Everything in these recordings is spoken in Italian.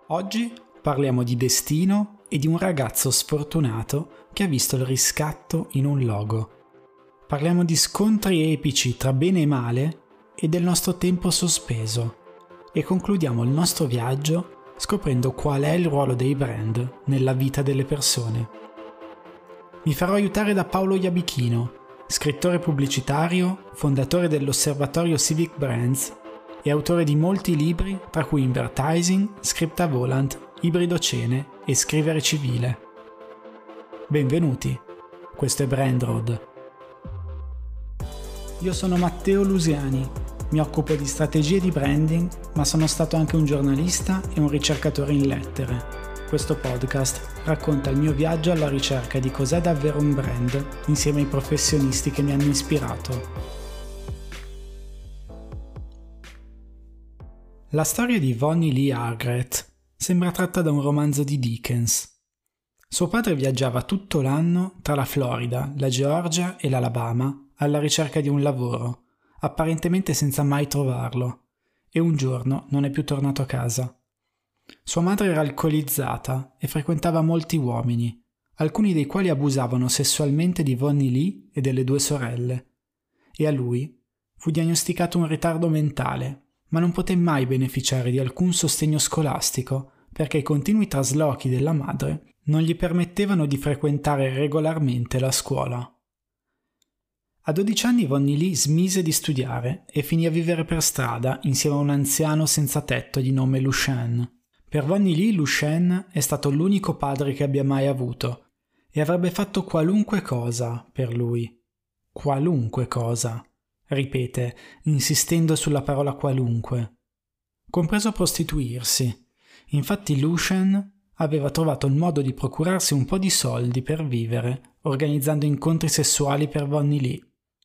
Oggi parliamo di destino e di un ragazzo sfortunato che ha visto il riscatto in un logo. Parliamo di scontri epici tra bene e male e del nostro tempo sospeso. E concludiamo il nostro viaggio scoprendo qual è il ruolo dei brand nella vita delle persone. Mi farò aiutare da Paolo Iabichino, scrittore pubblicitario, fondatore dell'Osservatorio Civic Brands e autore di molti libri, tra cui Invertising, Scripta Volant, Ibrido Cene e Scrivere Civile. Benvenuti, questo è Brand Road. Io sono Matteo Lusiani, mi occupo di strategie di branding, ma sono stato anche un giornalista e un ricercatore in lettere. Questo podcast racconta il mio viaggio alla ricerca di cos'è davvero un brand insieme ai professionisti che mi hanno ispirato. La storia di Vonnie Lee Argret sembra tratta da un romanzo di Dickens. Suo padre viaggiava tutto l'anno tra la Florida, la Georgia e l'Alabama alla ricerca di un lavoro, apparentemente senza mai trovarlo, e un giorno non è più tornato a casa. Sua madre era alcolizzata e frequentava molti uomini, alcuni dei quali abusavano sessualmente di Vonnie Lee e delle due sorelle, e a lui fu diagnosticato un ritardo mentale, ma non poté mai beneficiare di alcun sostegno scolastico perché i continui traslochi della madre non gli permettevano di frequentare regolarmente la scuola. A 12 anni Vonnie Lee smise di studiare e finì a vivere per strada insieme a un anziano senza tetto di nome Lucien. Per Vonnie Lee Lucien è stato l'unico padre che abbia mai avuto e avrebbe fatto qualunque cosa per lui. Qualunque cosa, ripete, insistendo sulla parola qualunque. Compreso prostituirsi. Infatti Lucien aveva trovato il modo di procurarsi un po' di soldi per vivere, organizzando incontri sessuali per Vonnie Lee.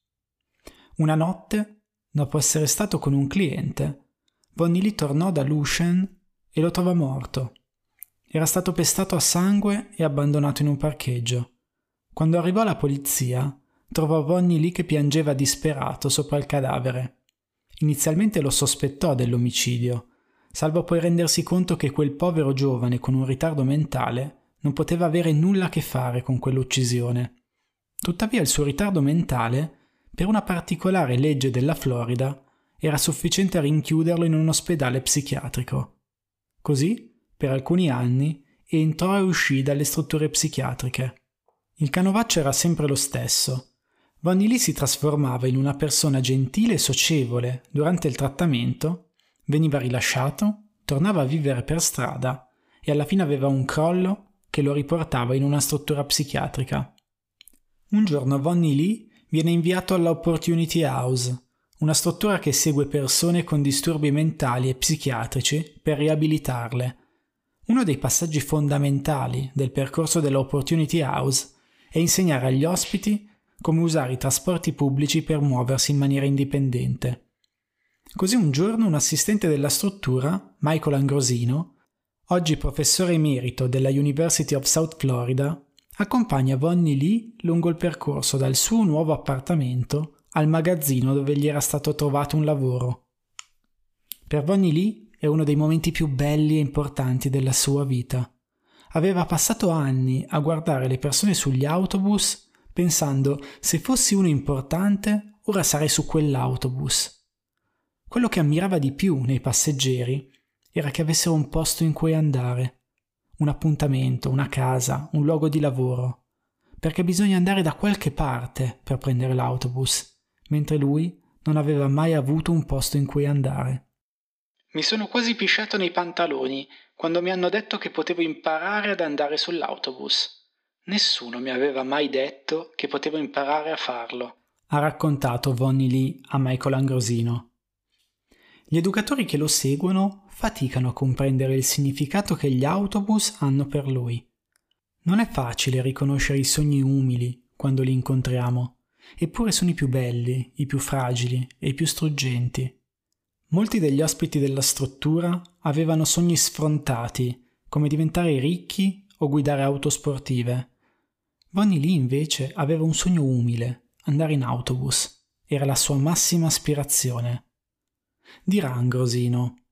Una notte, dopo essere stato con un cliente, Vonnie Lee tornò da Lucien e lo trovò morto. Era stato pestato a sangue e abbandonato in un parcheggio. Quando arrivò la polizia, trovò Vonnie Lee che piangeva disperato sopra il cadavere. Inizialmente lo sospettò dell'omicidio, salvo poi rendersi conto che quel povero giovane con un ritardo mentale non poteva avere nulla a che fare con quell'uccisione. Tuttavia il suo ritardo mentale, per una particolare legge della Florida, era sufficiente a rinchiuderlo in un ospedale psichiatrico. Così, per alcuni anni, entrò e uscì dalle strutture psichiatriche. Il canovaccio era sempre lo stesso. Vonnie Lee si trasformava in una persona gentile e socievole durante il trattamento, veniva rilasciato, tornava a vivere per strada e alla fine aveva un crollo che lo riportava in una struttura psichiatrica. Un giorno Vonnie Lee viene inviato all'Opportunity House, una struttura che segue persone con disturbi mentali e psichiatrici per riabilitarle. Uno dei passaggi fondamentali del percorso dell'Opportunity House è insegnare agli ospiti come usare i trasporti pubblici per muoversi in maniera indipendente. Così un giorno un assistente della struttura, Michael Angrosino, oggi professore emerito della University of South Florida, accompagna Vonnie Lee lungo il percorso dal suo nuovo appartamento al magazzino dove gli era stato trovato un lavoro. Per Vonnie Lee è uno dei momenti più belli e importanti della sua vita. Aveva passato anni a guardare le persone sugli autobus pensando: se fossi uno importante, ora sarei su quell'autobus. Quello che ammirava di più nei passeggeri era che avessero un posto in cui andare, un appuntamento, una casa, un luogo di lavoro, perché bisogna andare da qualche parte per prendere l'autobus, mentre lui non aveva mai avuto un posto in cui andare. Mi sono quasi pisciato nei pantaloni quando mi hanno detto che potevo imparare ad andare sull'autobus. Nessuno mi aveva mai detto che potevo imparare a farlo, ha raccontato Vonnie Lee a Michael Angrosino. Gli educatori che lo seguono faticano a comprendere il significato che gli autobus hanno per lui. Non è facile riconoscere i sogni umili quando li incontriamo, eppure sono i più belli, i più fragili e i più struggenti. Molti degli ospiti della struttura avevano sogni sfrontati, come diventare ricchi o guidare auto sportive. Vonnie Lee invece aveva un sogno umile, andare in autobus. Era la sua massima aspirazione. Dirà Angrosino: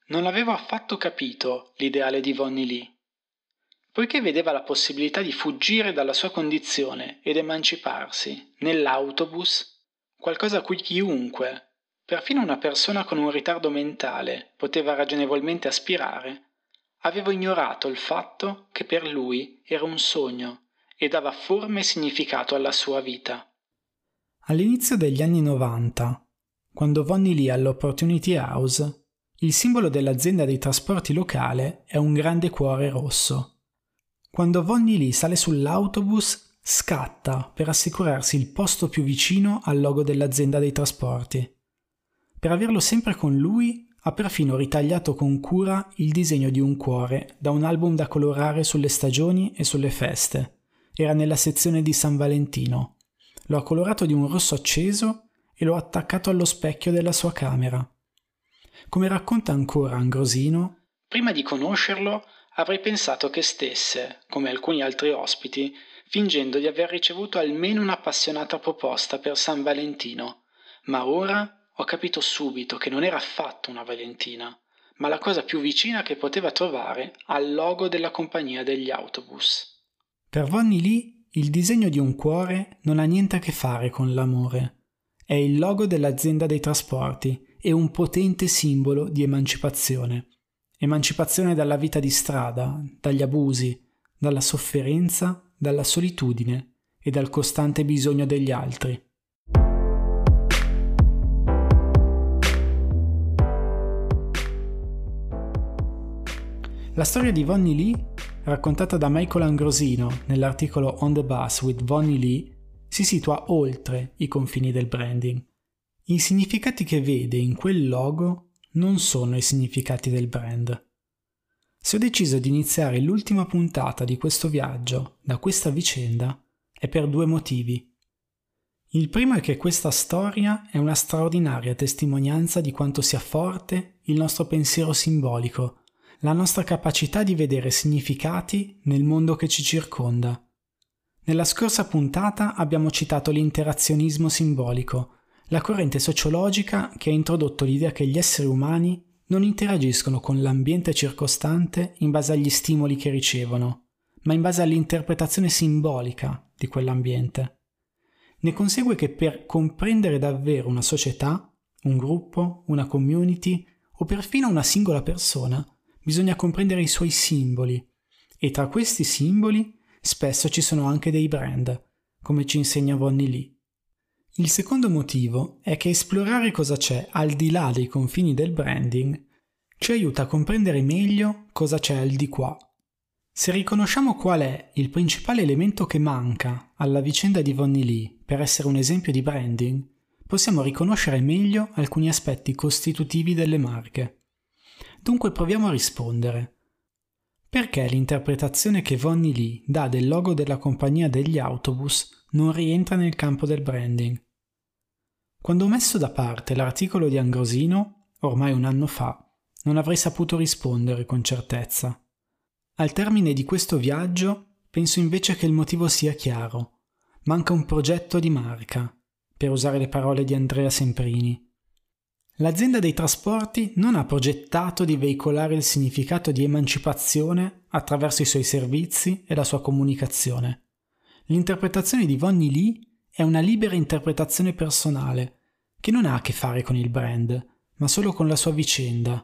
Non avevo affatto capito l'ideale di Vonnie Lee. Poiché vedeva la possibilità di fuggire dalla sua condizione ed emanciparsi nell'autobus, qualcosa a cui chiunque, perfino una persona con un ritardo mentale, poteva ragionevolmente aspirare, avevo ignorato il fatto che per lui era un sogno e dava forma e significato alla sua vita. All'inizio degli anni 90, quando Vonnie Lee all'Opportunity House, il simbolo dell'azienda dei trasporti locale è un grande cuore rosso. Quando Vonnie Lee sale sull'autobus, scatta per assicurarsi il posto più vicino al logo dell'azienda dei trasporti. Per averlo sempre con lui, ha perfino ritagliato con cura il disegno di un cuore da un album da colorare sulle stagioni e sulle feste. Era nella sezione di San Valentino. Lo ha colorato di un rosso acceso e lo ha attaccato allo specchio della sua camera. Come racconta ancora Ambrosino, prima di conoscerlo avrei pensato che stesse, come alcuni altri ospiti, fingendo di aver ricevuto almeno un'appassionata proposta per San Valentino, ma ora ho capito subito che non era affatto una Valentina, ma la cosa più vicina che poteva trovare al logo della compagnia degli autobus. Per Vonnie Lee il disegno di un cuore non ha niente a che fare con l'amore. È il logo dell'azienda dei trasporti e un potente simbolo di emancipazione. Emancipazione dalla vita di strada, dagli abusi, dalla sofferenza, dalla solitudine e dal costante bisogno degli altri. La storia di Vonnie Lee, raccontata da Michael Ambrosino nell'articolo On the Bus with Vonnie Lee, si situa oltre i confini del branding. I significati che vede in quel logo non sono i significati del brand. Se ho deciso di iniziare l'ultima puntata di questo viaggio da questa vicenda è per due motivi. Il primo è che questa storia è una straordinaria testimonianza di quanto sia forte il nostro pensiero simbolico, la nostra capacità di vedere significati nel mondo che ci circonda. Nella scorsa puntata abbiamo citato l'interazionismo simbolico, la corrente sociologica che ha introdotto l'idea che gli esseri umani non interagiscono con l'ambiente circostante in base agli stimoli che ricevono, ma in base all'interpretazione simbolica di quell'ambiente. Ne consegue che per comprendere davvero una società, un gruppo, una community o perfino una singola persona, bisogna comprendere i suoi simboli, e tra questi simboli spesso ci sono anche dei brand, come ci insegna Vonnie Lee. Il secondo motivo è che esplorare cosa c'è al di là dei confini del branding ci aiuta a comprendere meglio cosa c'è al di qua. Se riconosciamo qual è il principale elemento che manca alla vicenda di Vonnie Lee per essere un esempio di branding, possiamo riconoscere meglio alcuni aspetti costitutivi delle marche. Dunque proviamo a rispondere. Perché l'interpretazione che Vonnie Lee dà del logo della compagnia degli autobus non rientra nel campo del branding? Quando ho messo da parte l'articolo di Ambrosino, ormai un anno fa, non avrei saputo rispondere con certezza. Al termine di questo viaggio, penso invece che il motivo sia chiaro. Manca un progetto di marca, per usare le parole di Andrea Semprini. L'azienda dei trasporti non ha progettato di veicolare il significato di emancipazione attraverso i suoi servizi e la sua comunicazione. L'interpretazione di Vonnie Lee è una libera interpretazione personale, che non ha a che fare con il brand, ma solo con la sua vicenda.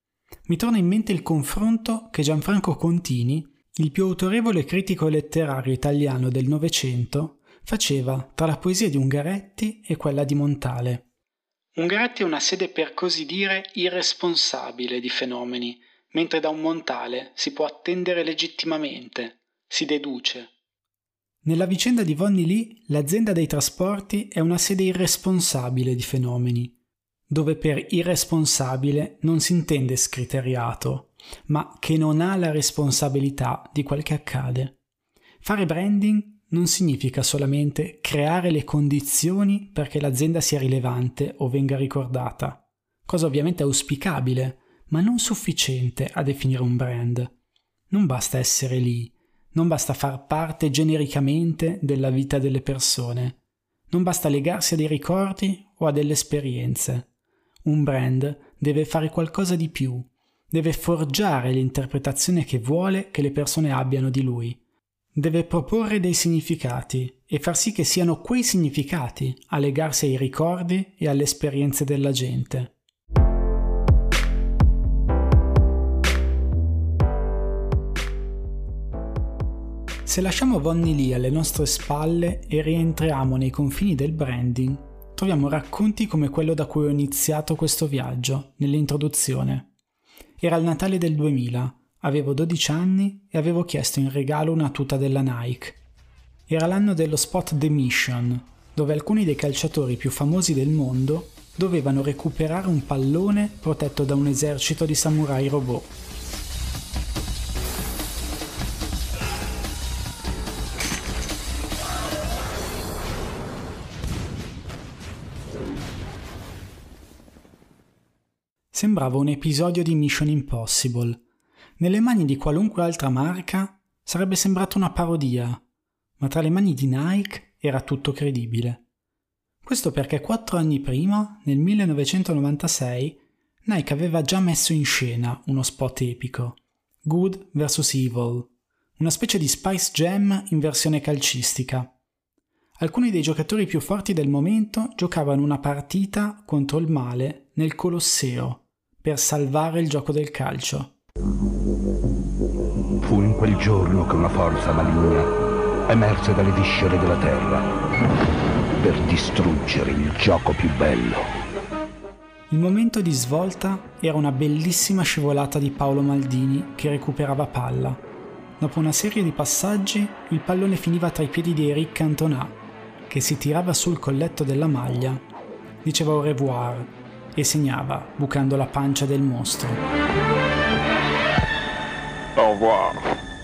Mi torna in mente il confronto che Gianfranco Contini, il più autorevole critico letterario italiano del Novecento, faceva tra la poesia di Ungaretti e quella di Montale. Ungaretti è una sede per così dire irresponsabile di fenomeni, mentre da un Montale si può attendere legittimamente, si deduce. Nella vicenda di Vonnie Lee, l'azienda dei trasporti è una sede irresponsabile di fenomeni, dove per irresponsabile non si intende scriteriato, ma che non ha la responsabilità di quel che accade. Fare branding non significa solamente creare le condizioni perché l'azienda sia rilevante o venga ricordata, cosa ovviamente auspicabile, ma non sufficiente a definire un brand. Non basta essere lì, non basta far parte genericamente della vita delle persone, non basta legarsi a dei ricordi o a delle esperienze. Un brand deve fare qualcosa di più, Deve forgiare l'interpretazione che vuole che le persone abbiano di lui. Deve proporre dei significati e far sì che siano quei significati a legarsi ai ricordi e alle esperienze della gente. Se lasciamo Vonnie Lee alle nostre spalle e rientriamo nei confini del branding, troviamo racconti come quello da cui ho iniziato questo viaggio, nell'introduzione. Era il Natale del 2000, avevo 12 anni e avevo chiesto in regalo una tuta della Nike. Era l'anno dello spot The Mission, dove alcuni dei calciatori più famosi del mondo dovevano recuperare un pallone protetto da un esercito di samurai robot. Sembrava un episodio di Mission Impossible. Nelle mani di qualunque altra marca sarebbe sembrato una parodia, ma tra le mani di Nike era tutto credibile. Questo perché 4 anni prima, nel 1996, Nike aveva già messo in scena uno spot epico, Good vs. Evil, una specie di Spice Jam in versione calcistica. Alcuni dei giocatori più forti del momento giocavano una partita contro il male nel Colosseo per salvare il gioco del calcio. Fu in quel giorno che una forza maligna emerse dalle viscere della terra per distruggere il gioco più bello. Il momento di svolta era una bellissima scivolata di Paolo Maldini che recuperava palla. Dopo una serie di passaggi, il pallone finiva tra i piedi di Eric Cantona, che si tirava sul colletto della maglia, diceva au revoir e segnava bucando la pancia del mostro. Au revoir.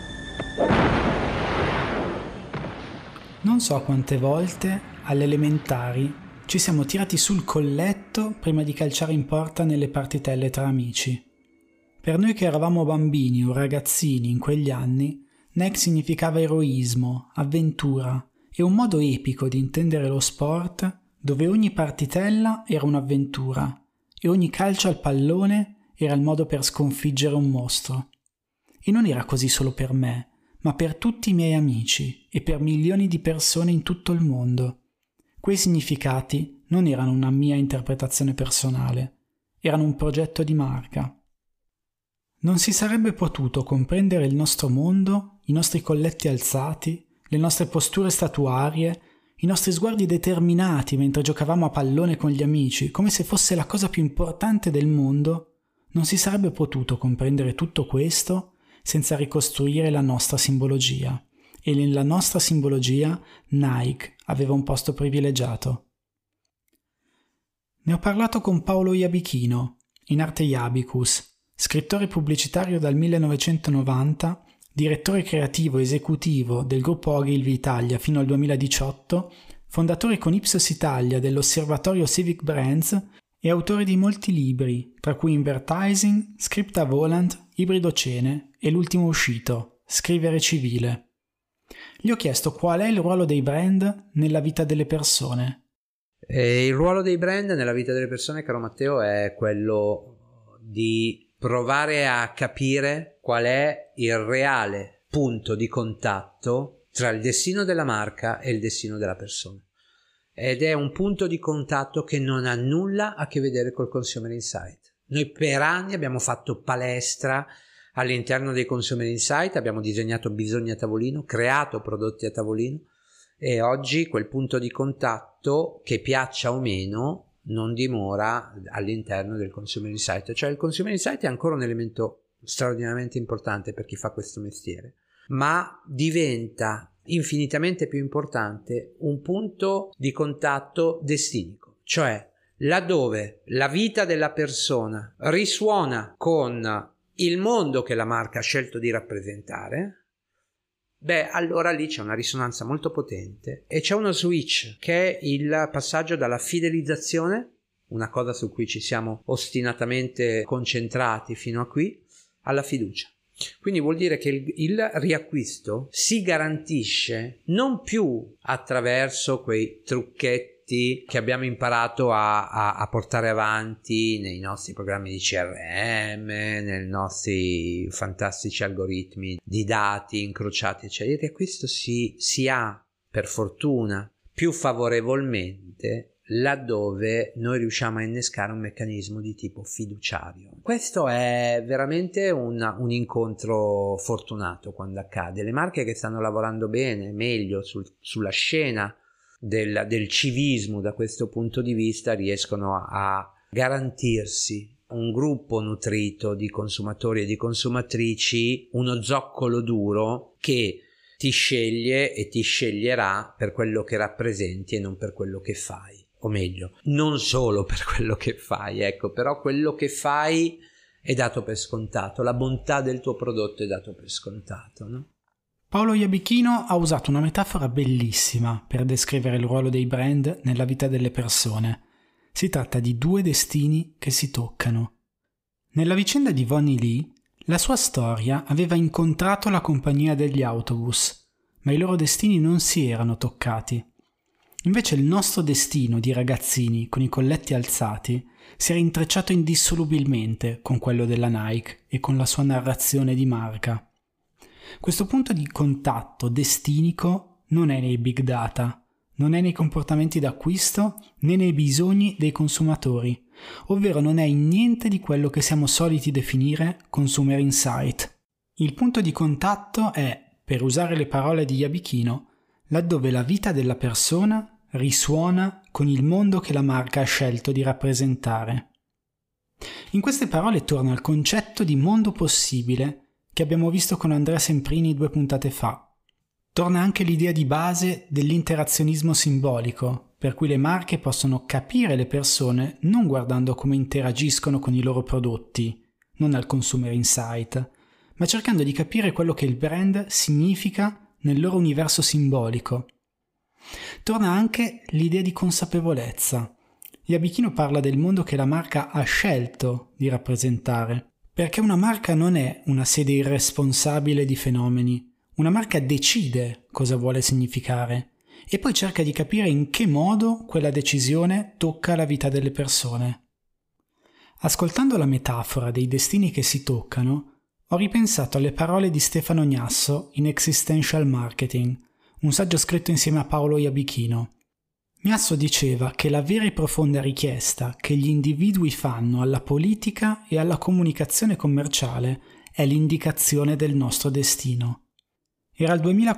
Non so quante volte, alle elementari, ci siamo tirati sul colletto prima di calciare in porta nelle partitelle tra amici. Per noi che eravamo bambini o ragazzini in quegli anni, Nike significava eroismo, avventura e un modo epico di intendere lo sport dove ogni partitella era un'avventura e ogni calcio al pallone era il modo per sconfiggere un mostro. E non era così solo per me, ma per tutti i miei amici e per milioni di persone in tutto il mondo. Quei significati non erano una mia interpretazione personale, erano un progetto di marca. Non si sarebbe potuto comprendere il nostro mondo, i nostri colletti alzati, le nostre posture statuarie, i nostri sguardi determinati mentre giocavamo a pallone con gli amici, come se fosse la cosa più importante del mondo. Non si sarebbe potuto comprendere tutto questo senza ricostruire la nostra simbologia. E nella nostra simbologia Nike aveva un posto privilegiato. Ne ho parlato con Paolo Iabichino, in arte Iabicus, scrittore pubblicitario dal 1990, direttore creativo esecutivo del gruppo Ogilvy Italia fino al 2018, fondatore con Ipsos Italia dell'Osservatorio Civic Brands e autore di molti libri, tra cui Invertising, Scripta Volant, Ibridocene e l'ultimo uscito, Scrivere civile. Gli ho chiesto qual è il ruolo dei brand nella vita delle persone. Il ruolo dei brand nella vita delle persone, caro Matteo, è quello di provare a capire qual è il reale punto di contatto tra il destino della marca e il destino della persona. Ed è un punto di contatto che non ha nulla a che vedere col Consumer Insight. Noi per anni abbiamo fatto palestra all'interno dei Consumer Insight, abbiamo disegnato bisogni a tavolino, creato prodotti a tavolino e oggi quel punto di contatto, che piaccia o meno, non dimora all'interno del Consumer Insight. Cioè il Consumer Insight è ancora un elemento straordinariamente importante per chi fa questo mestiere, ma diventa infinitamente più importante un punto di contatto destinico, cioè laddove la vita della persona risuona con il mondo che la marca ha scelto di rappresentare, allora lì c'è una risonanza molto potente e c'è uno switch che è il passaggio dalla fidelizzazione, una cosa su cui ci siamo ostinatamente concentrati fino a qui, alla fiducia. Quindi vuol dire che il riacquisto si garantisce non più attraverso quei trucchetti concetti che abbiamo imparato a portare avanti nei nostri programmi di CRM, nei nostri fantastici algoritmi di dati incrociati, eccetera. E questo si ha, per fortuna, più favorevolmente laddove noi riusciamo a innescare un meccanismo di tipo fiduciario. Questo è veramente un incontro fortunato quando accade. Le marche che stanno lavorando bene, meglio sulla scena del civismo da questo punto di vista, riescono a garantirsi un gruppo nutrito di consumatori e di consumatrici, uno zoccolo duro che ti sceglie e ti sceglierà per quello che rappresenti e non per quello che fai. O meglio, non solo per quello che fai, ecco, però quello che fai è dato per scontato, la bontà del tuo prodotto è dato per scontato, no? Paolo Iabichino ha usato una metafora bellissima per descrivere il ruolo dei brand nella vita delle persone. Si tratta di due destini che si toccano. Nella vicenda di Vonnie Lee, la sua storia aveva incontrato la compagnia degli autobus, ma i loro destini non si erano toccati. Invece il nostro destino di ragazzini con i colletti alzati si era intrecciato indissolubilmente con quello della Nike e con la sua narrazione di marca. Questo punto di contatto destinico non è nei big data, non è nei comportamenti d'acquisto né nei bisogni dei consumatori, ovvero non è in niente di quello che siamo soliti definire consumer insight. Il punto di contatto è, per usare le parole di Iabichino, laddove la vita della persona risuona con il mondo che la marca ha scelto di rappresentare. In queste parole torna al concetto di mondo possibile che abbiamo visto con Andrea Semprini 2 puntate fa. Torna anche l'idea di base dell'interazionismo simbolico, per cui le marche possono capire le persone non guardando come interagiscono con i loro prodotti, non al consumer insight, ma cercando di capire quello che il brand significa nel loro universo simbolico. Torna anche l'idea di consapevolezza. Iabichino parla del mondo che la marca ha scelto di rappresentare, perché una marca non è una sede irresponsabile di fenomeni. Una marca decide cosa vuole significare e poi cerca di capire in che modo quella decisione tocca la vita delle persone. Ascoltando la metafora dei destini che si toccano, ho ripensato alle parole di Stefano Gnasso in Existential Marketing, un saggio scritto insieme a Paolo Iabichino. Gnasso diceva che la vera e profonda richiesta che gli individui fanno alla politica e alla comunicazione commerciale è l'indicazione del nostro destino. Era il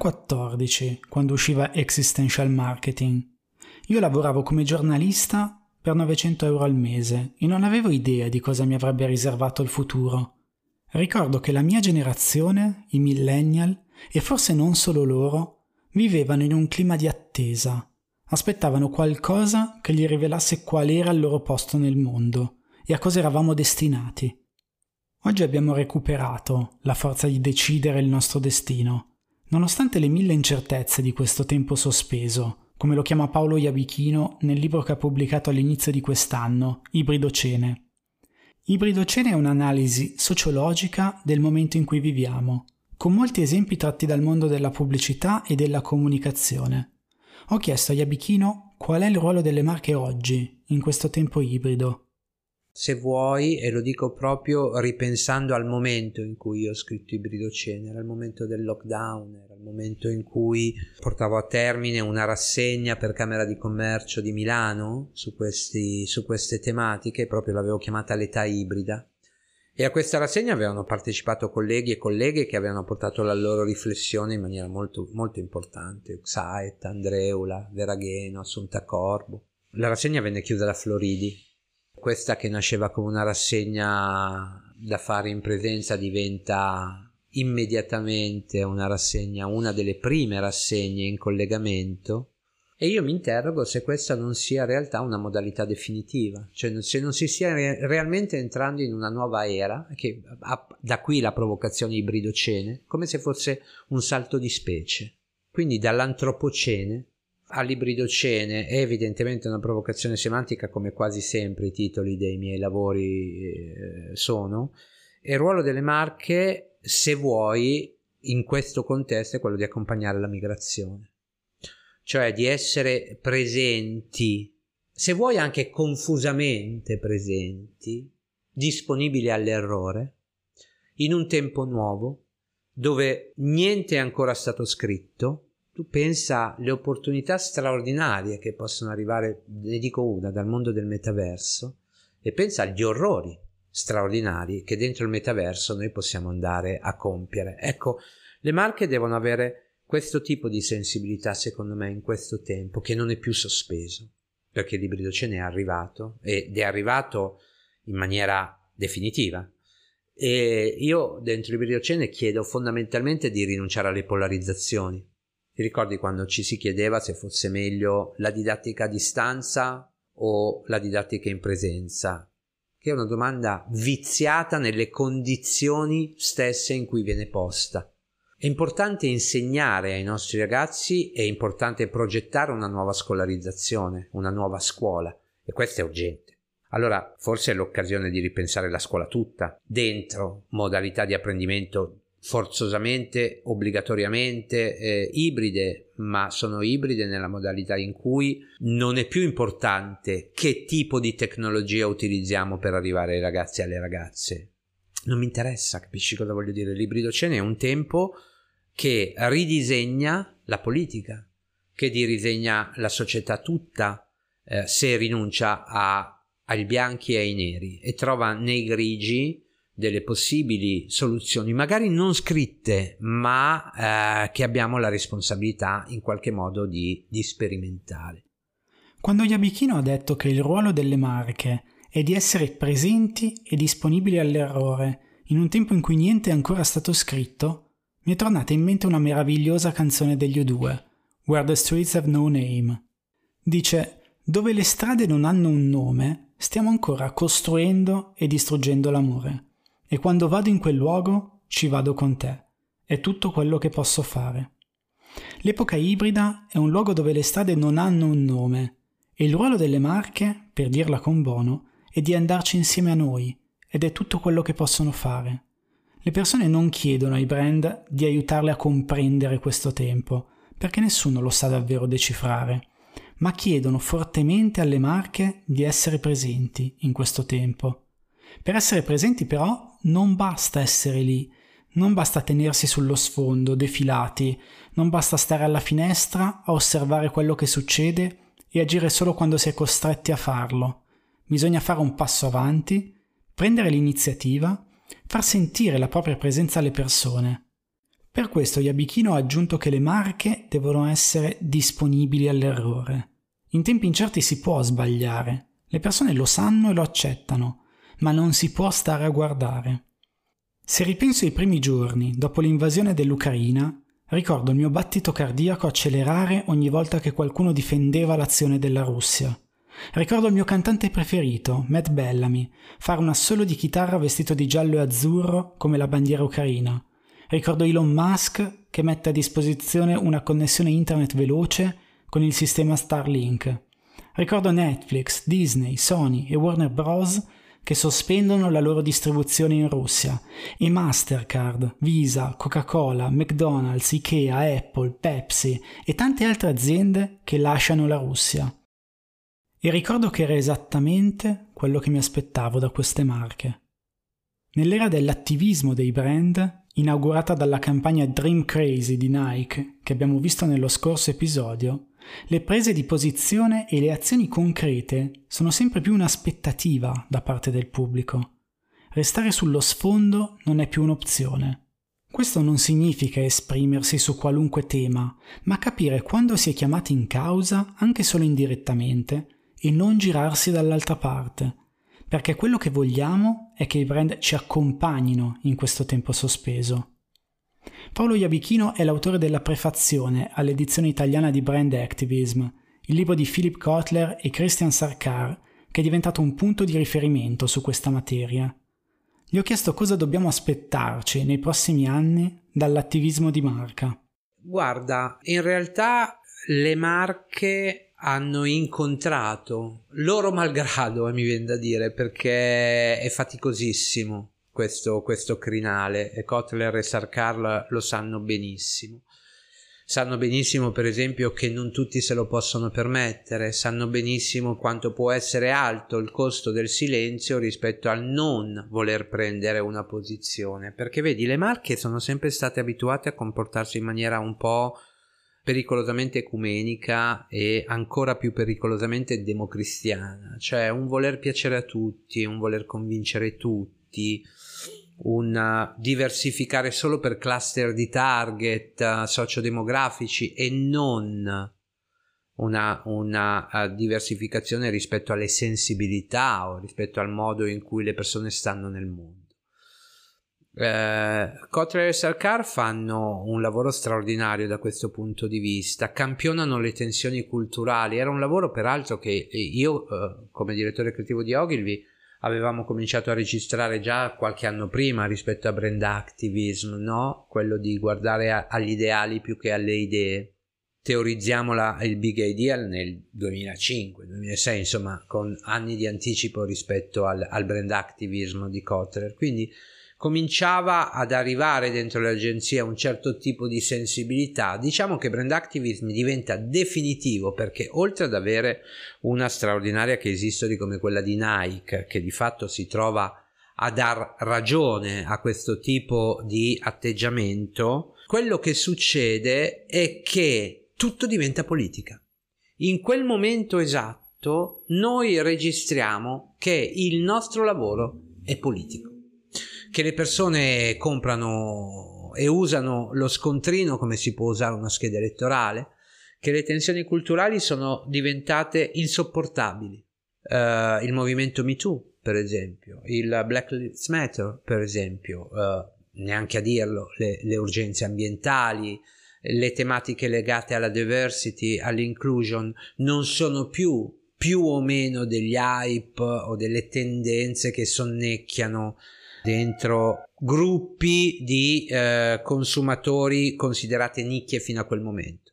2014 quando usciva Existential Marketing. Io lavoravo come giornalista per 900 euro al mese e non avevo idea di cosa mi avrebbe riservato il futuro. Ricordo che la mia generazione, i millennial, e forse non solo loro, vivevano in un clima di attesa. Aspettavano qualcosa che gli rivelasse qual era il loro posto nel mondo e a cosa eravamo destinati. Oggi abbiamo recuperato la forza di decidere il nostro destino, nonostante le 1000 incertezze di questo tempo sospeso, come lo chiama Paolo Iabichino nel libro che ha pubblicato all'inizio di quest'anno, Ibridocene. Ibridocene è un'analisi sociologica del momento in cui viviamo, con molti esempi tratti dal mondo della pubblicità e della comunicazione. Ho chiesto a Iabichino qual è il ruolo delle marche oggi, in questo tempo ibrido. Se vuoi, e lo dico proprio ripensando al momento in cui io ho scritto Ibridocene, era il momento del lockdown, era il momento in cui portavo a termine una rassegna per Camera di Commercio di Milano su queste tematiche, proprio l'avevo chiamata l'età ibrida. E a questa rassegna avevano partecipato colleghi e colleghe che avevano portato la loro riflessione in maniera molto, molto importante. Xaet, Andreula, Veragheno, Assunta Corbo. La rassegna venne chiusa da Floridi. Questa, che nasceva come una rassegna da fare in presenza, diventa immediatamente una delle prime rassegne in collegamento. E io mi interrogo se questa non sia in realtà una modalità definitiva, cioè se non si stia realmente entrando in una nuova era, che da qui la provocazione ibridocene, come se fosse un salto di specie. Quindi dall'antropocene all'ibridocene è evidentemente una provocazione semantica, come quasi sempre i titoli dei miei lavori sono, e il ruolo delle marche, se vuoi, in questo contesto è quello di accompagnare la migrazione. cioè di essere presenti, se vuoi anche confusamente presenti, disponibili all'errore, in un tempo nuovo, dove niente è ancora stato scritto. Tu pensa alle opportunità straordinarie che possono arrivare, ne dico una, dal mondo del metaverso, e pensa agli orrori straordinari che dentro il metaverso noi possiamo andare a compiere. Ecco, le marche devono avere questo tipo di sensibilità, secondo me, in questo tempo, che non è più sospeso, perché l'ibridocene è arrivato, ed è arrivato in maniera definitiva. E io dentro l'ibridocene chiedo fondamentalmente di rinunciare alle polarizzazioni. Ti ricordi quando ci si chiedeva se fosse meglio la didattica a distanza o la didattica in presenza? Che è una domanda viziata nelle condizioni stesse in cui viene posta. È importante insegnare ai nostri ragazzi, è importante progettare una nuova scolarizzazione, una nuova scuola, e questo è urgente. Allora forse è l'occasione di ripensare la scuola tutta, dentro modalità di apprendimento forzosamente, obbligatoriamente ibride, ma sono ibride nella modalità in cui non è più importante che tipo di tecnologia utilizziamo per arrivare ai ragazzi e alle ragazze. Non mi interessa, capisci cosa voglio dire? L'ibridocene è un tempo che ridisegna la politica, che ridisegna la società tutta, se rinuncia ai bianchi e ai neri e trova nei grigi delle possibili soluzioni, magari non scritte, ma che abbiamo la responsabilità in qualche modo di sperimentare. Quando Iabichino ha detto che il ruolo delle marche è di essere presenti e disponibili all'errore in un tempo in cui niente è ancora stato scritto, mi è tornata in mente una meravigliosa canzone degli U2, Where the Streets Have No Name. Dice: dove le strade non hanno un nome, stiamo ancora costruendo e distruggendo l'amore. E quando vado in quel luogo, ci vado con te. È tutto quello che posso fare. L'epoca ibrida è un luogo dove le strade non hanno un nome, e il ruolo delle marche, per dirla con Bono, è di andarci insieme a noi, ed è tutto quello che possono fare. Le persone non chiedono ai brand di aiutarle a comprendere questo tempo, perché nessuno lo sa davvero decifrare, ma chiedono fortemente alle marche di essere presenti in questo tempo. Per essere presenti però non basta essere lì, non basta tenersi sullo sfondo, defilati, non basta stare alla finestra a osservare quello che succede e agire solo quando si è costretti a farlo. Bisogna fare un passo avanti, prendere l'iniziativa, far sentire la propria presenza alle persone. Per questo Iabichino ha aggiunto che le marche devono essere disponibili all'errore. In tempi incerti si può sbagliare, le persone lo sanno e lo accettano, ma non si può stare a guardare. Se ripenso ai primi giorni, dopo l'invasione dell'Ucraina, ricordo il mio battito cardiaco accelerare ogni volta che qualcuno difendeva l'azione della Russia. Ricordo il mio cantante preferito, Matt Bellamy, fare un assolo di chitarra vestito di giallo e azzurro come la bandiera ucraina. Ricordo Elon Musk che mette a disposizione una connessione internet veloce con il sistema Starlink. Ricordo Netflix, Disney, Sony e Warner Bros. Che sospendono la loro distribuzione in Russia, e Mastercard, Visa, Coca-Cola, McDonald's, Ikea, Apple, Pepsi e tante altre aziende che lasciano la Russia. E ricordo che era esattamente quello che mi aspettavo da queste marche. Nell'era dell'attivismo dei brand, inaugurata dalla campagna Dream Crazy di Nike, che abbiamo visto nello scorso episodio, le prese di posizione e le azioni concrete sono sempre più un'aspettativa da parte del pubblico. Restare sullo sfondo non è più un'opzione. Questo non significa esprimersi su qualunque tema, ma capire quando si è chiamati in causa, anche solo indirettamente, e non girarsi dall'altra parte, perché quello che vogliamo è che i brand ci accompagnino in questo tempo sospeso. Paolo Iabichino è l'autore della prefazione all'edizione italiana di Brand Activism, il libro di Philip Kotler e Christian Sarkar, che è diventato un punto di riferimento su questa materia. Gli ho chiesto cosa dobbiamo aspettarci nei prossimi anni dall'attivismo di marca. Guarda, in realtà le marche hanno incontrato, loro malgrado, mi viene da dire, perché è faticosissimo questo crinale, e Kotler e Sarkar lo sanno benissimo. sanno benissimo per esempio che non tutti se lo possono permettere, sanno benissimo quanto può essere alto il costo del silenzio rispetto al non voler prendere una posizione, perché vedi, le marche sono sempre state abituate a comportarsi in maniera un po' pericolosamente ecumenica e ancora più pericolosamente democristiana, cioè un voler piacere a tutti, un voler convincere tutti, un diversificare solo per cluster di target sociodemografici e non una diversificazione rispetto alle sensibilità o rispetto al modo in cui le persone stanno nel mondo. Kotler e Sarkar fanno un lavoro straordinario da questo punto di vista, campionano le tensioni culturali. Era un lavoro peraltro che io come direttore creativo di Ogilvy avevamo cominciato a registrare già qualche anno prima rispetto a brand activism, no? Quello di guardare agli ideali più che alle idee. Teorizziamo il big ideal nel 2005-2006, insomma con anni di anticipo rispetto al brand activism di Kotler, quindi cominciava ad arrivare dentro l'agenzia un certo tipo di sensibilità. Diciamo che brand activism diventa definitivo perché oltre ad avere una straordinaria case history come quella di Nike, che di fatto si trova a dar ragione a questo tipo di atteggiamento, quello che succede è che tutto diventa politica. In quel momento esatto noi registriamo che il nostro lavoro è politico, che le persone comprano e usano lo scontrino come si può usare una scheda elettorale, che le tensioni culturali sono diventate insopportabili. Il movimento Me Too, per esempio, il Black Lives Matter, per esempio, neanche a dirlo, le urgenze ambientali, le tematiche legate alla diversity, all'inclusion, non sono più o meno degli hype o delle tendenze che sonnecchiano dentro gruppi di consumatori considerate nicchie fino a quel momento.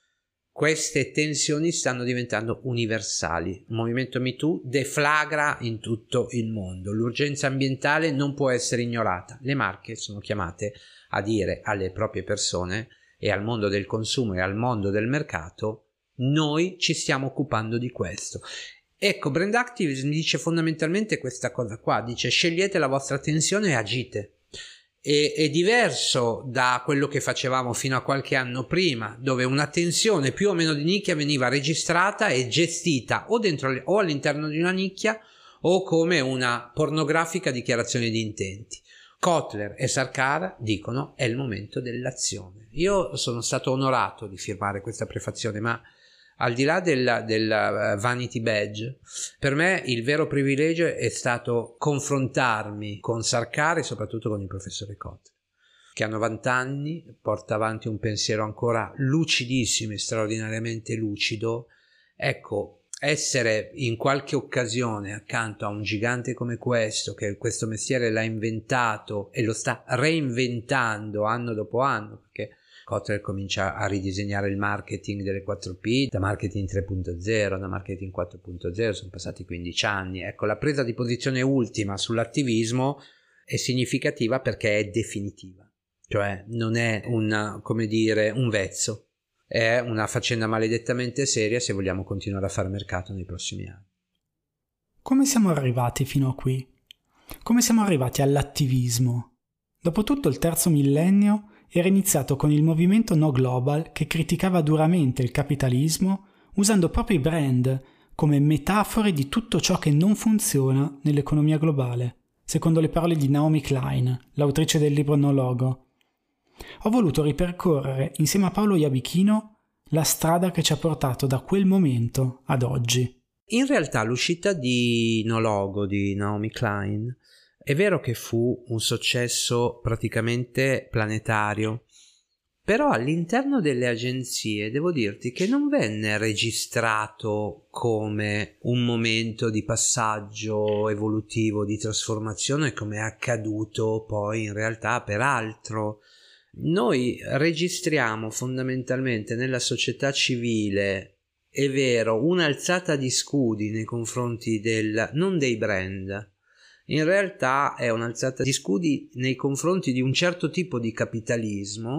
Queste tensioni stanno diventando universali. Il movimento Me Too deflagra in tutto il mondo. L'urgenza ambientale non può essere ignorata. Le marche sono chiamate a dire alle proprie persone e al mondo del consumo e al mondo del mercato: noi ci stiamo occupando di questo. Ecco, brand activism dice fondamentalmente questa cosa qua, dice: scegliete la vostra tensione e agite. È diverso da quello che facevamo fino a qualche anno prima, dove una tensione più o meno di nicchia veniva registrata e gestita o dentro o all'interno di una nicchia o come una pornografica dichiarazione di intenti. Kotler e Sarkar dicono: è il momento dell'azione. Io sono stato onorato di firmare questa prefazione, ma al di là del vanity badge, per me il vero privilegio è stato confrontarmi con Sarkar e soprattutto con il professore Kotler, che a 90 anni porta avanti un pensiero ancora lucidissimo e straordinariamente lucido. Ecco, essere in qualche occasione accanto a un gigante come questo, che questo mestiere l'ha inventato e lo sta reinventando anno dopo anno, perché Kotler comincia a ridisegnare il marketing delle 4P, da marketing 3.0, da marketing 4.0, sono passati 15 anni. Ecco, la presa di posizione ultima sull'attivismo è significativa perché è definitiva, cioè non è un vezzo, è una faccenda maledettamente seria se vogliamo continuare a fare mercato nei prossimi anni. Come siamo arrivati fino a qui? Come siamo arrivati all'attivismo? Dopotutto il terzo millennio era iniziato con il movimento No Global che criticava duramente il capitalismo usando proprio i brand come metafore di tutto ciò che non funziona nell'economia globale, secondo le parole di Naomi Klein, l'autrice del libro No Logo. Ho voluto ripercorrere insieme a Paolo Iabichino la strada che ci ha portato da quel momento ad oggi. In realtà l'uscita di No Logo di Naomi Klein è vero che fu un successo praticamente planetario, però all'interno delle agenzie devo dirti che non venne registrato come un momento di passaggio evolutivo, di trasformazione, come è accaduto poi in realtà per altro. Noi registriamo fondamentalmente nella società civile, è vero, un'alzata di scudi nei confronti non dei brand. In realtà è un'alzata di scudi nei confronti di un certo tipo di capitalismo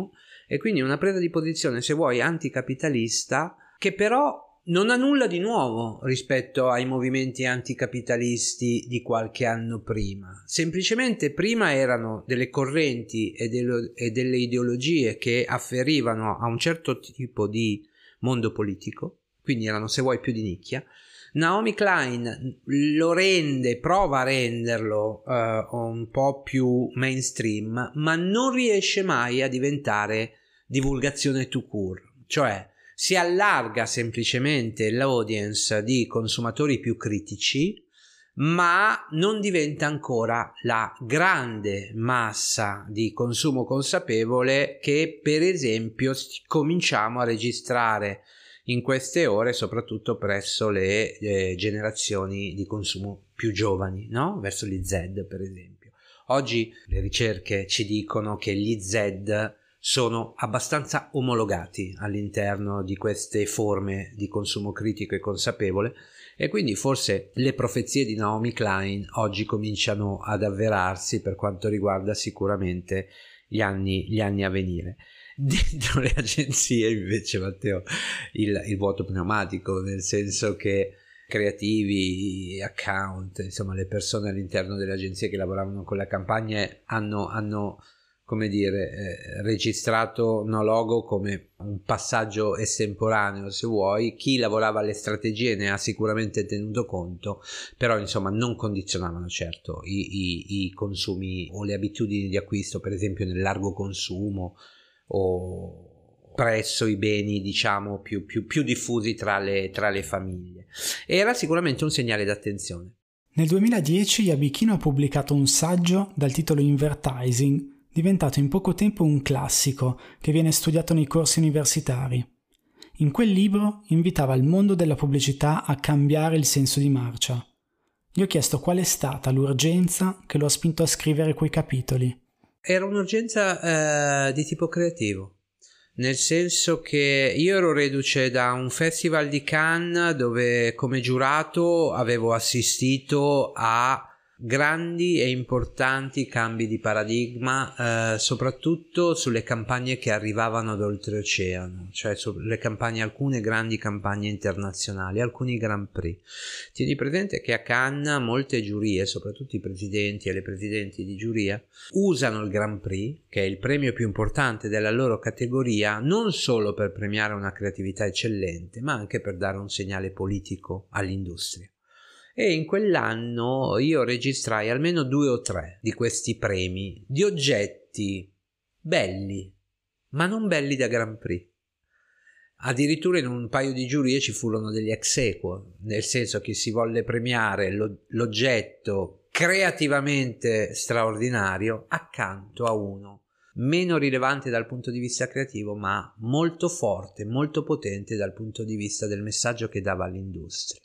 e quindi una presa di posizione, se vuoi, anticapitalista, che però non ha nulla di nuovo rispetto ai movimenti anticapitalisti di qualche anno prima. Semplicemente prima erano delle correnti e delle ideologie che afferivano a un certo tipo di mondo politico, quindi erano, se vuoi, più di nicchia. Naomi Klein prova a renderlo un po' più mainstream, ma non riesce mai a diventare divulgazione tout court, cioè si allarga semplicemente l'audience di consumatori più critici, ma non diventa ancora la grande massa di consumo consapevole che, per esempio, cominciamo a registrare in queste ore, soprattutto presso le generazioni di consumo più giovani, no? Verso gli Z, per esempio. Oggi le ricerche ci dicono che gli Z sono abbastanza omologati all'interno di queste forme di consumo critico e consapevole, e quindi forse le profezie di Naomi Klein oggi cominciano ad avverarsi per quanto riguarda sicuramente gli anni a venire. Dentro le agenzie invece, Matteo, il vuoto pneumatico, nel senso che creativi, account, insomma le persone all'interno delle agenzie che lavoravano con le campagne hanno come dire, registrato No Logo come un passaggio estemporaneo, se vuoi. Chi lavorava alle strategie ne ha sicuramente tenuto conto, però insomma non condizionavano certo i consumi o le abitudini di acquisto, per esempio nel largo consumo o presso i beni, diciamo, più diffusi tra le famiglie. Era sicuramente un segnale d'attenzione. Nel 2010 Yabichino ha pubblicato un saggio dal titolo Invertising, diventato in poco tempo un classico che viene studiato nei corsi universitari. In quel libro invitava il mondo della pubblicità a cambiare il senso di marcia. Gli ho chiesto qual è stata l'urgenza che lo ha spinto a scrivere quei capitoli. Era un'urgenza di tipo creativo, nel senso che io ero reduce da un festival di Cannes dove come giurato avevo assistito a grandi e importanti cambi di paradigma, soprattutto sulle campagne che arrivavano ad oltreoceano, cioè sulle campagne, alcune grandi campagne internazionali, alcuni Grand Prix. Tieni presente che a Cannes molte giurie, soprattutto i presidenti e le presidenti di giuria, usano il Grand Prix, che è il premio più importante della loro categoria, non solo per premiare una creatività eccellente, ma anche per dare un segnale politico all'industria. E in quell'anno io registrai almeno 2 o 3 di questi premi di oggetti belli, ma non belli da Grand Prix. Addirittura in un paio di giurie ci furono degli ex aequo, nel senso che si volle premiare l'oggetto creativamente straordinario accanto a uno meno rilevante dal punto di vista creativo, ma molto forte, molto potente dal punto di vista del messaggio che dava all'industria.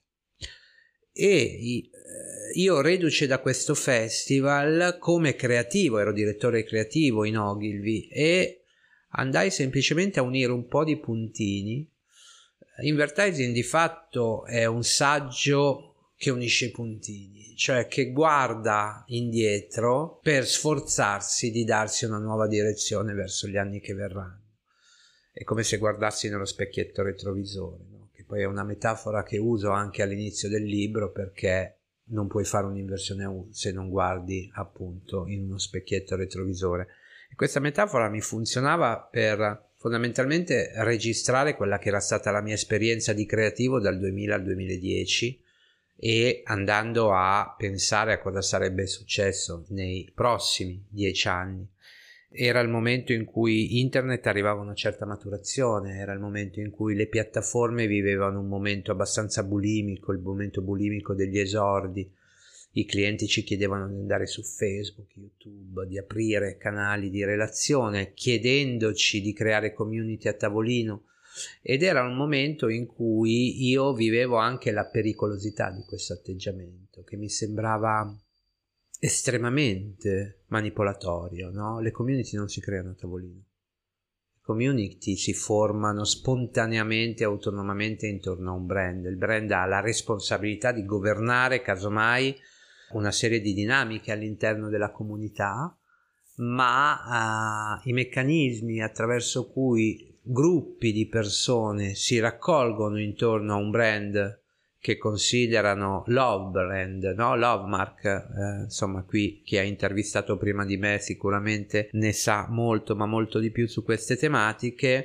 E io, reduce da questo festival, come creativo, ero direttore creativo in Ogilvy, e andai semplicemente a unire un po' di puntini. Invertising di fatto è un saggio che unisce i puntini, cioè che guarda indietro per sforzarsi di darsi una nuova direzione verso gli anni che verranno. È come se guardassi nello specchietto retrovisore, no? Che poi è una metafora che uso anche all'inizio del libro, perché non puoi fare un'inversione se non guardi appunto in uno specchietto retrovisore. E questa metafora mi funzionava per fondamentalmente registrare quella che era stata la mia esperienza di creativo dal 2000 al 2010, e andando a pensare a cosa sarebbe successo nei prossimi 10 anni. Era il momento in cui internet arrivava a una certa maturazione, era il momento in cui le piattaforme vivevano un momento abbastanza bulimico, il momento bulimico degli esordi. I clienti ci chiedevano di andare su Facebook, YouTube, di aprire canali di relazione, chiedendoci di creare community a tavolino, ed era un momento in cui io vivevo anche la pericolosità di questo atteggiamento, che mi sembrava estremamente manipolatorio, no? Le community non si creano a tavolino. Le community si formano spontaneamente, autonomamente intorno a un brand. Il brand ha la responsabilità di governare, casomai, una serie di dinamiche all'interno della comunità, ma i meccanismi attraverso cui gruppi di persone si raccolgono intorno a un brand che considerano love brand, no? Love mark, insomma, qui chi ha intervistato prima di me sicuramente ne sa molto, ma molto di più su queste tematiche.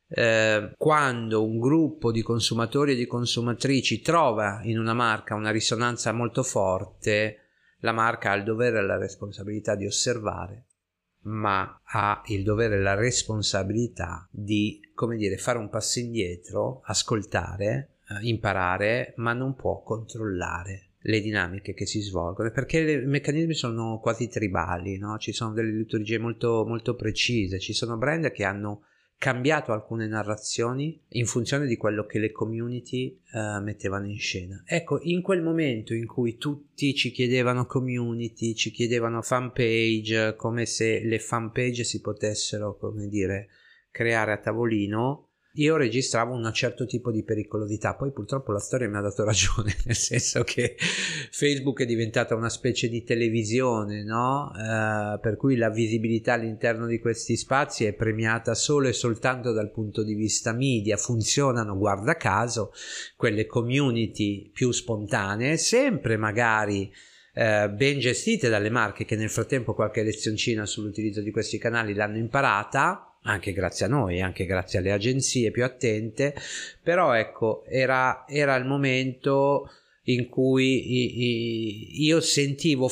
Quando un gruppo di consumatori e di consumatrici trova in una marca una risonanza molto forte, la marca ha il dovere e la responsabilità di osservare, ma ha il dovere e la responsabilità di, come dire, fare un passo indietro, ascoltare, imparare, ma non può controllare le dinamiche che si svolgono, perché i meccanismi sono quasi tribali, no? Ci sono delle liturgie molto, molto precise, ci sono brand che hanno cambiato alcune narrazioni in funzione di quello che le community mettevano in scena. Ecco, in quel momento in cui tutti ci chiedevano community, ci chiedevano fanpage, come se le fanpage si potessero, come dire, creare a tavolino, io registravo un certo tipo di pericolosità. Poi purtroppo la storia mi ha dato ragione, nel senso che Facebook è diventata una specie di televisione, no? Per cui la visibilità all'interno di questi spazi è premiata solo e soltanto dal punto di vista media. Funzionano, guarda caso, quelle community più spontanee, sempre magari ben gestite dalle marche che nel frattempo qualche lezioncina sull'utilizzo di questi canali l'hanno imparata, anche grazie a noi, anche grazie alle agenzie più attente. Però ecco, era il momento in cui io sentivo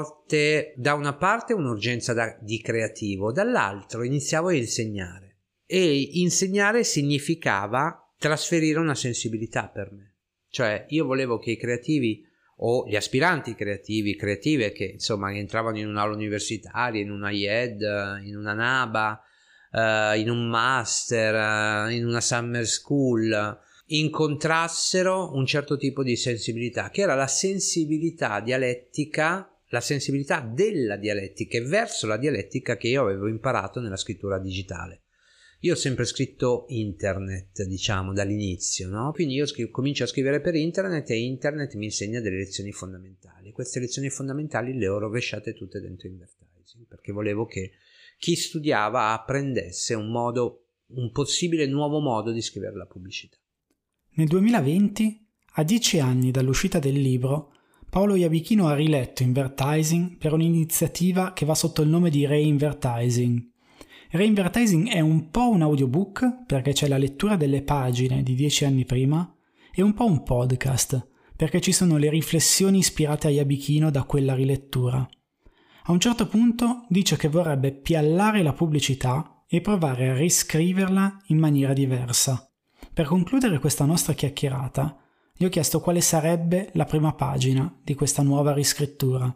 forte da una parte un'urgenza di creativo, dall'altro iniziavo a insegnare, e insegnare significava trasferire una sensibilità per me. Cioè io volevo che i creativi o gli aspiranti creative che insomma entravano in un'aula universitaria, in una IED, in una NABA, in un master, in una summer school, incontrassero un certo tipo di sensibilità, che era la sensibilità dialettica, la sensibilità della dialettica e verso la dialettica che io avevo imparato nella scrittura digitale. Io ho sempre scritto internet, diciamo, dall'inizio, no? Quindi io comincio a scrivere per internet e internet mi insegna delle lezioni fondamentali. Queste lezioni fondamentali le ho rovesciate tutte dentro Invertising, perché volevo che chi studiava apprendesse un possibile nuovo modo di scrivere la pubblicità. Nel 2020, a 10 anni dall'uscita del libro, Paolo Iabichino ha riletto Invertising per un'iniziativa che va sotto il nome di Reinvertising. Reinvertising è un po' un audiobook, perché c'è la lettura delle pagine di 10 anni prima, e un po' un podcast, perché ci sono le riflessioni ispirate a Iabichino da quella rilettura. A un certo punto dice che vorrebbe piallare la pubblicità e provare a riscriverla in maniera diversa. Per concludere questa nostra chiacchierata, gli ho chiesto quale sarebbe la prima pagina di questa nuova riscrittura.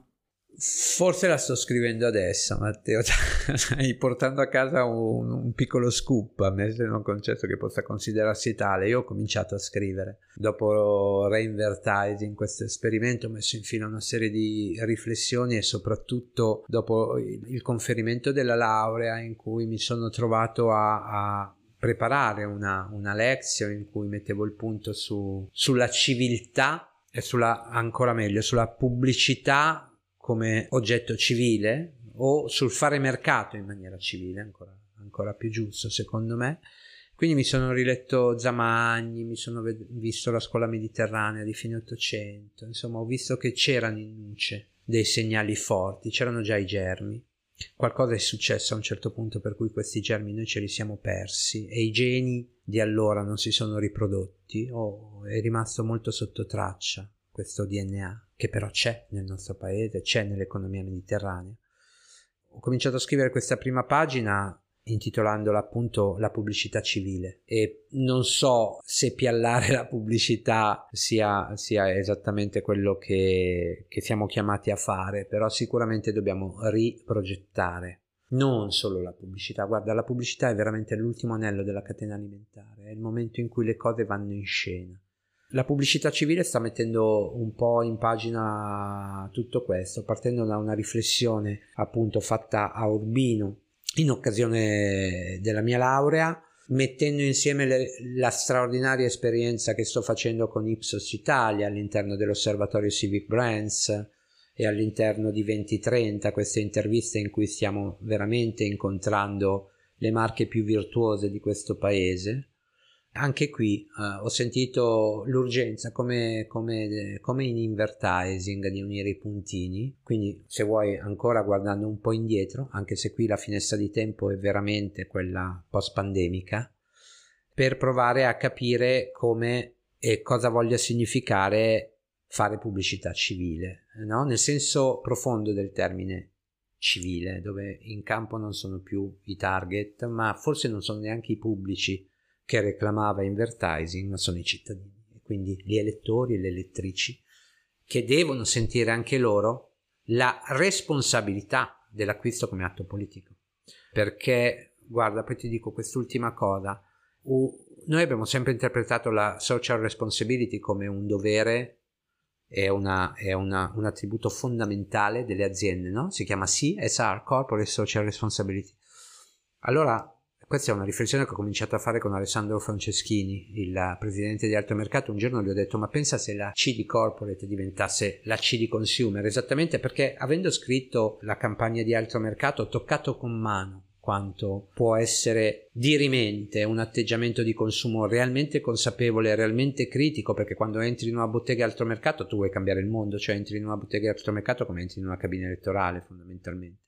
Forse la sto scrivendo adesso, Matteo, stai portando a casa un piccolo scoop, a me se non concesso che possa considerarsi tale. Io ho cominciato a scrivere dopo Reinvertising, questo esperimento, ho messo in fila una serie di riflessioni, e soprattutto dopo il conferimento della laurea, in cui mi sono trovato a preparare una lezione in cui mettevo il punto sulla civiltà e ancora meglio sulla pubblicità come oggetto civile, o sul fare mercato in maniera civile, ancora più giusto secondo me. Quindi mi sono riletto Zamagni, mi sono visto la scuola mediterranea di fine Ottocento, insomma ho visto che c'erano in nuce dei segnali forti, c'erano già i germi. Qualcosa è successo a un certo punto per cui questi germi noi ce li siamo persi, e i geni di allora non si sono riprodotti, è rimasto molto sotto traccia questo DNA, che però c'è nel nostro paese, c'è nell'economia mediterranea. Ho cominciato a scrivere questa prima pagina intitolandola appunto La pubblicità civile, e non so se piallare la pubblicità sia esattamente quello che siamo chiamati a fare, però sicuramente dobbiamo riprogettare non solo la pubblicità. Guarda, la pubblicità è veramente l'ultimo anello della catena alimentare, è il momento in cui le cose vanno in scena. La pubblicità civile sta mettendo un po' in pagina tutto questo, partendo da una riflessione appunto fatta a Urbino in occasione della mia laurea, mettendo insieme la straordinaria esperienza che sto facendo con Ipsos Italia all'interno dell'osservatorio Civic Brands, e all'interno di 2030, queste interviste in cui stiamo veramente incontrando le marche più virtuose di questo paese. Anche qui ho sentito l'urgenza come in Invertising di unire i puntini, quindi se vuoi ancora guardando un po' indietro, anche se qui la finestra di tempo è veramente quella post-pandemica, per provare a capire come e cosa voglia significare fare pubblicità civile, no? Nel senso profondo del termine civile, dove in campo non sono più i target, ma forse non sono neanche i pubblici che reclamava Invertising, ma sono i cittadini, e quindi gli elettori e le elettrici, che devono sentire anche loro la responsabilità dell'acquisto come atto politico. Perché, guarda, poi ti dico quest'ultima cosa, noi abbiamo sempre interpretato la social responsibility come un dovere, è un attributo fondamentale delle aziende, no? Si chiama CSR, Corporate Social Responsibility. Allora, questa è una riflessione che ho cominciato a fare con Alessandro Franceschini, il presidente di Alto Mercato. Un giorno gli ho detto: ma pensa se la C di corporate diventasse la C di consumer, esattamente perché, avendo scritto la campagna di Alto Mercato, ho toccato con mano quanto può essere dirimente un atteggiamento di consumo realmente consapevole, realmente critico, perché quando entri in una bottega Alto Mercato tu vuoi cambiare il mondo, cioè entri in una bottega Alto Mercato come entri in una cabina elettorale fondamentalmente.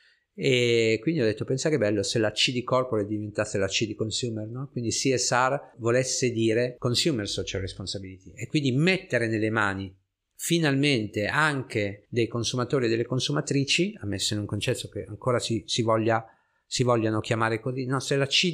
E quindi ho detto: pensa che bello se la C di corporate diventasse la C di consumer, no? Quindi CSR volesse dire Consumer Social Responsibility, e quindi mettere nelle mani finalmente anche dei consumatori e delle consumatrici, ammesso in un concetto che ancora si vogliano chiamare così, no, se la C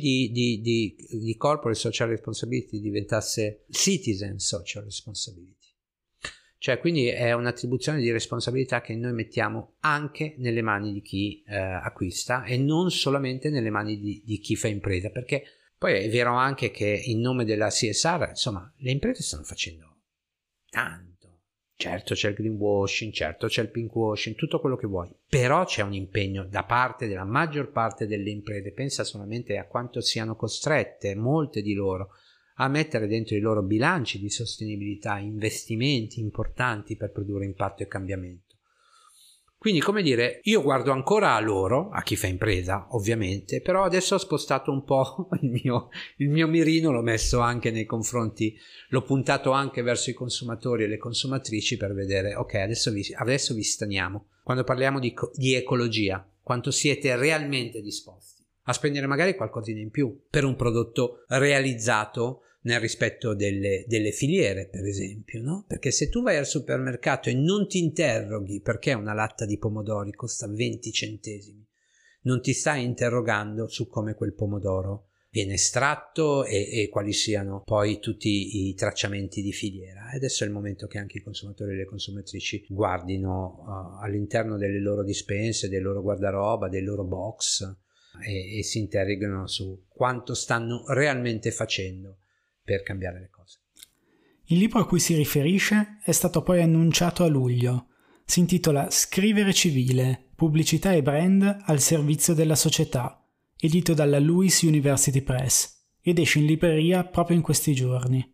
di Corporate Social Responsibility diventasse Citizen Social Responsibility. Cioè, quindi è un'attribuzione di responsabilità che noi mettiamo anche nelle mani di chi acquista, e non solamente nelle mani di chi fa impresa, perché poi è vero anche che in nome della CSR, insomma, le imprese stanno facendo tanto. Certo c'è il greenwashing, certo c'è il pinkwashing, tutto quello che vuoi, però c'è un impegno da parte della maggior parte delle imprese. Pensa solamente a quanto siano costrette molte di loro a mettere dentro i loro bilanci di sostenibilità investimenti importanti per produrre impatto e cambiamento. Quindi, come dire, io guardo ancora a loro, a chi fa impresa ovviamente, però adesso ho spostato un po' il mio mirino, l'ho messo anche nei confronti, l'ho puntato anche verso i consumatori e le consumatrici per vedere, ok, adesso vi staniamo. Quando parliamo di ecologia, quanto siete realmente disposti a spendere magari qualcosina in più per un prodotto realizzato nel rispetto delle filiere, per esempio, no? Perché se tu vai al supermercato e non ti interroghi perché una latta di pomodori costa 20 centesimi, non ti stai interrogando su come quel pomodoro viene estratto e quali siano poi tutti i tracciamenti di filiera. E adesso è il momento che anche i consumatori e le consumatrici guardino all'interno delle loro dispense, del loro guardaroba, dei loro box, e si interroghino su quanto stanno realmente facendo per cambiare le cose. Il libro a cui si riferisce è stato poi annunciato a luglio. Si intitola Scrivere civile, pubblicità e brand al servizio della società, edito dalla Lewis University Press, ed esce in libreria proprio in questi giorni.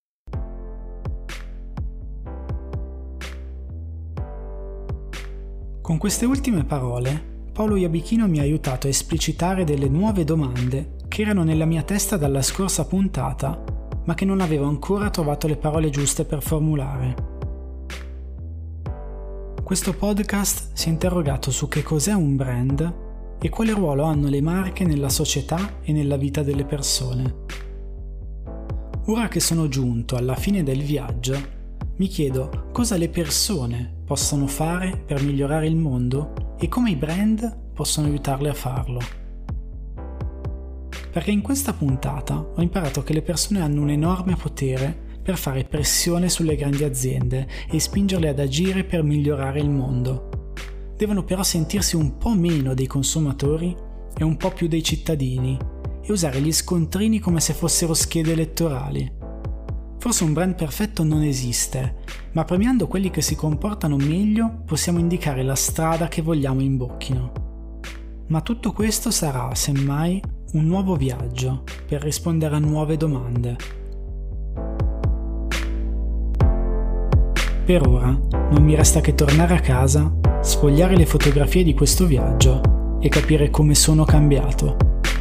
Con queste ultime parole, Paolo Iabichino mi ha aiutato a esplicitare delle nuove domande che erano nella mia testa dalla scorsa puntata, ma che non avevo ancora trovato le parole giuste per formulare. Questo podcast si è interrogato su che cos'è un brand e quale ruolo hanno le marche nella società e nella vita delle persone. Ora che sono giunto alla fine del viaggio, mi chiedo cosa le persone possono fare per migliorare il mondo e come i brand possono aiutarle a farlo. Perché in questa puntata ho imparato che le persone hanno un enorme potere per fare pressione sulle grandi aziende e spingerle ad agire per migliorare il mondo. Devono però sentirsi un po' meno dei consumatori e un po' più dei cittadini e usare gli scontrini come se fossero schede elettorali. Forse un brand perfetto non esiste, ma premiando quelli che si comportano meglio possiamo indicare la strada che vogliamo imbocchino. Ma tutto questo sarà, semmai, un nuovo viaggio per rispondere a nuove domande. Per ora non mi resta che tornare a casa, sfogliare le fotografie di questo viaggio e capire come sono cambiato.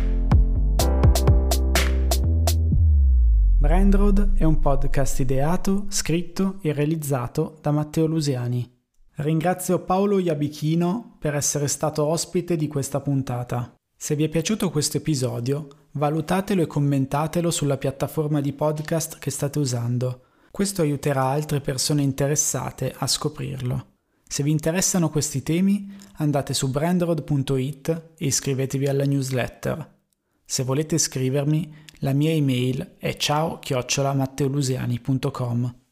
Brandroad è un podcast ideato, scritto e realizzato da Matteo Lusiani. Ringrazio Paolo Iabichino per essere stato ospite di questa puntata. Se vi è piaciuto questo episodio, valutatelo e commentatelo sulla piattaforma di podcast che state usando. Questo aiuterà altre persone interessate a scoprirlo. Se vi interessano questi temi, andate su brandroad.it e iscrivetevi alla newsletter. Se volete scrivermi, la mia email è ciao@matteolusiani.com.